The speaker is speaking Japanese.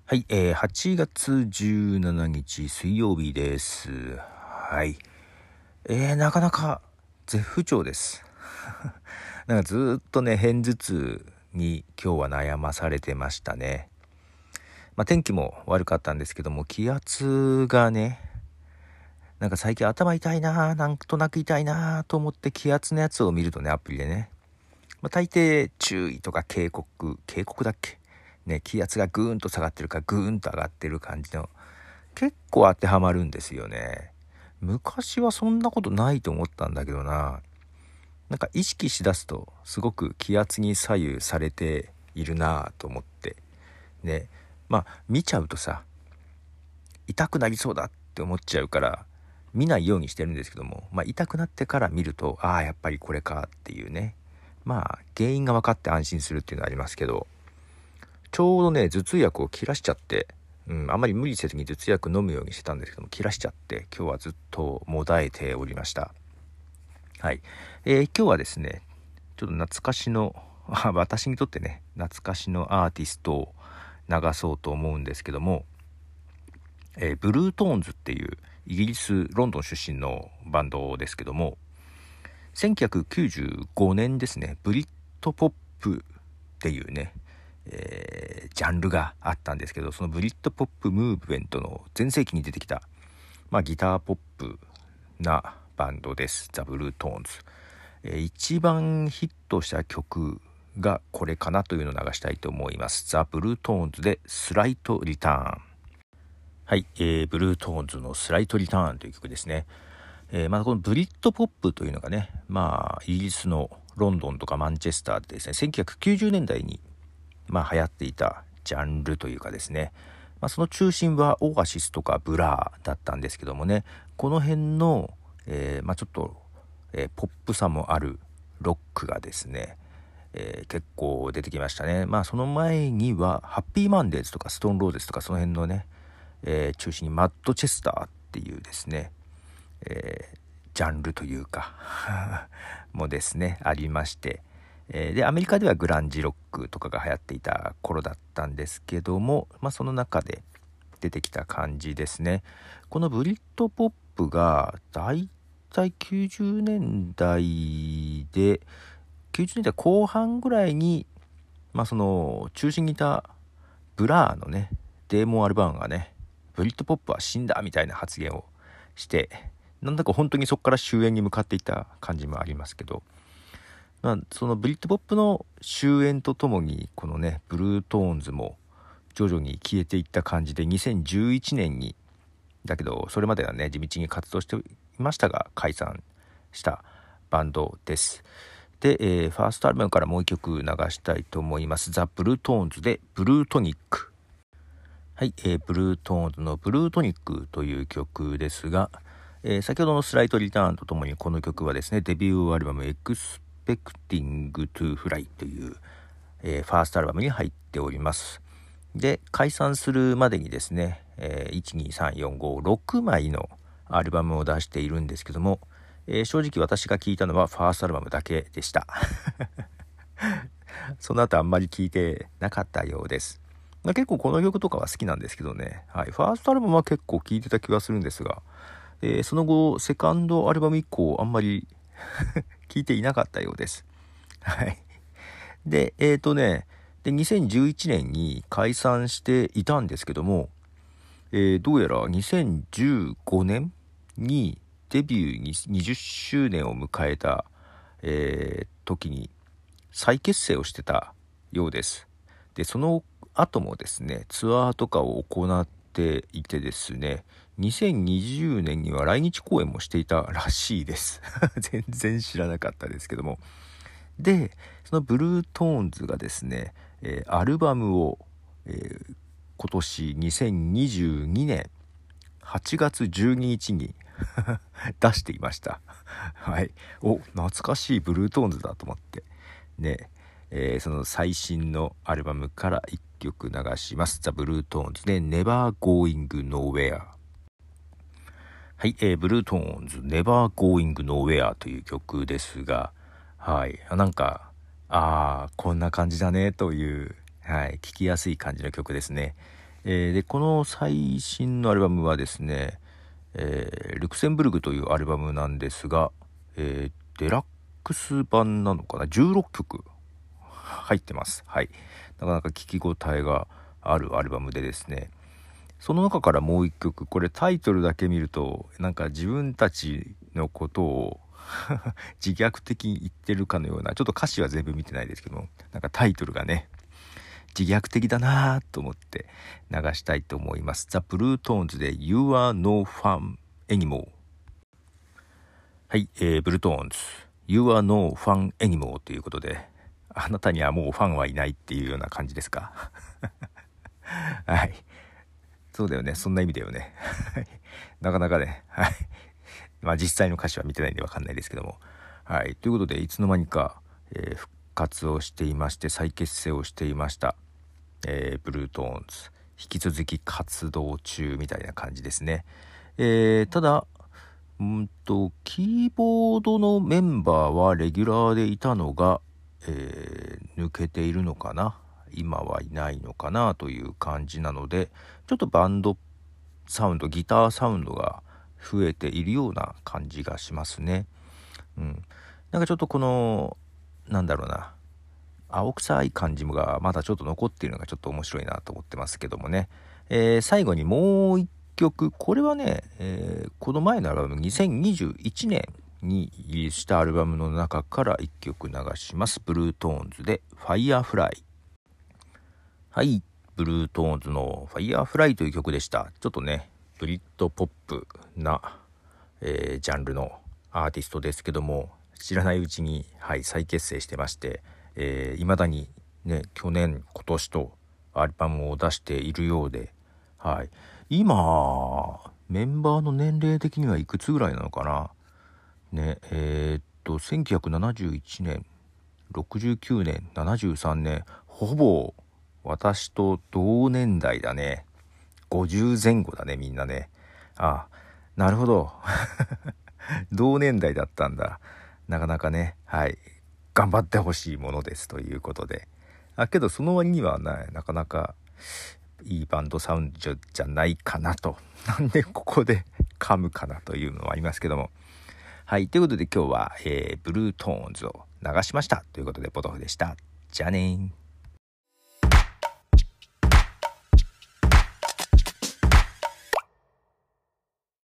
はい、8月17日水曜日です。はい。なかなか絶不調です。なんかずっとね、片頭痛に今日は悩まされてましたね。天気も悪かったんですけども、気圧がね、なんか最近頭痛いな、なんとなく痛いなと思って気圧のやつを見るとね、アプリでね、大抵注意とか警告だっけね、気圧がぐーんと下がってるかぐーんと上がってる感じの結構当てはまるんですよね。昔はそんなことないと思ったんだけどな。なんか意識しだすとすごく気圧に左右されているなと思ってね。見ちゃうとさ、痛くなりそうだって思っちゃうから見ないようにしてるんですけども、痛くなってから見ると、やっぱりこれかっていうね、原因が分かって安心するっていうのはありますけど、ちょうどね頭痛薬を切らしちゃって、あんまり無理せずに頭痛薬飲むようにしてたんですけども、切らしちゃって今日はずっともだえておりました。はい。今日はですね、ちょっと懐かしの私にとってね懐かしのアーティストを流そうと思うんですけども、ブルートーンズっていうイギリスロンドン出身のバンドですけども、1995年ですね、ブリッドポップっていうね、ジャンルがあったんですけど、そのブリッドポップムーブメントの全盛期に出てきた、ギターポップなバンドです。ザ・ブルートーンズ、一番ヒットした曲がこれかなというのを流したいと思います。ザ・ブルートーンズでスライト・リターン。はい、ブルートーンズのスライト・リターンという曲ですね。このブリッドポップというのがね、イギリスのロンドンとかマンチェスターでですね、1990年代に流行っていたジャンルというかですね、その中心はオアシスとかブラーだったんですけどもね、この辺の、ちょっと、ポップさもあるロックがですね、結構出てきましたね。その前にはハッピーマンデーズとかストーンローゼスとかその辺のね、中心にマッドチェスターっていうですね、ジャンルというかもですねありまして、でアメリカではグランジロックとかが流行っていた頃だったんですけども、その中で出てきた感じですね。このブリッドポップがだいたい90年代で90年代後半ぐらいに、その中心にいたブラーのねデーモンアルバムがね、ブリッドポップは死んだみたいな発言をして、なんだか本当にそこから終焉に向かっていった感じもありますけど、そのブリッドポップの終焉とともにこのねブルートーンズも徐々に消えていった感じで、2011年にだけどそれまではね地道に活動していましたが解散したバンドです。で、ファーストアルバムからもう一曲流したいと思います。ザ・ブルートーンズでブルートニック。はい、ブルートーンズのブルートニックという曲ですが、先ほどのスライトリターンとともにこの曲はですねデビューアルバムエクスペクティングトゥフライという、ファーストアルバムに入っております。で解散するまでにですね、12345 6枚のアルバムを出しているんですけども、正直私が聞いたのはファーストアルバムだけでしたその後あんまり聞いてなかったようです。結構この曲とかは好きなんですけどね、ファーストアルバムは結構聴いてた気がするんですが、その後セカンドアルバム以降あんまり聞いていなかったようです。はい。で2011年に解散していたんですけども、どうやら2015年にデビューに20周年を迎えた、時に再結成をしてたようです。でその後もですねツアーとかを行っていてですね、2020年には来日公演もしていたらしいです全然知らなかったですけども、でそのブルートーンズがですね、アルバムを、今年2022年8月12日に出していましたはい。懐かしいブルートーンズだと思ってね、その最新のアルバムから1曲流します。ザ・ブルートーンズで Never Going Nowhere。 はい、ブルートーンズ Never Going Nowhere という曲ですが、はい、なんかこんな感じだねという、はい、聴きやすい感じの曲ですね。 でこの最新のアルバムはですね、ルクセンブルグというアルバムなんですが、デラックス版なのかな、16曲入ってます。はい、なかなか聞き応えがあるアルバムでですね、その中からもう一曲、これタイトルだけ見るとなんか自分たちのことを自虐的に言ってるかのような、ちょっと歌詞は全部見てないですけども、なんかタイトルがね自虐的だなと思って流したいと思います。ザ・ブルートーンズで You are no fun anymore。 はい、ブルートーンズ You are no fun anymore ということで、あなたにはもうファンはいないっていうような感じですかはい、そうだよね、そんな意味だよねなかなかね、はい、まあ実際の歌詞は見てないんで分かんないですけども、はい、ということでいつの間にか、復活をしていまして、再結成をしていました、ブルートーンズ引き続き活動中みたいな感じですね。ただキーボードのメンバーはレギュラーでいたのが、抜けているのかな、今はいないのかなという感じなので、ちょっとバンドサウンド、ギターサウンドが増えているような感じがしますね。なんかちょっとこのなんだろうな、青臭い感じがまだちょっと残っているのがちょっと面白いなと思ってますけどもね。最後にもう一曲、これはね、この前のアルバム2021年にリリースしたアルバムの中から1曲流します。ブルートーンズでファイヤーフライ。はい、ブルートーンズのファイヤーフライという曲でした。ちょっとねブリッドポップな、ジャンルのアーティストですけども、知らないうちに、はい、再結成してまして、未だにね去年今年とアルバムを出しているようで、はい、今メンバーの年齢的にはいくつぐらいなのかなね、1971年69年73年、ほぼ私と同年代だね。50前後だね、みんなね。あ、なるほど同年代だったんだ。なかなかね、はい、頑張ってほしいものですということで、けどその割にはなかなかいいバンドサウンドじゃないかなと、なんでここで噛むかなというのはありますけども、はい、ということで今日は、ブルートーンズを流しましたということで、ポトフでした。じゃあねー。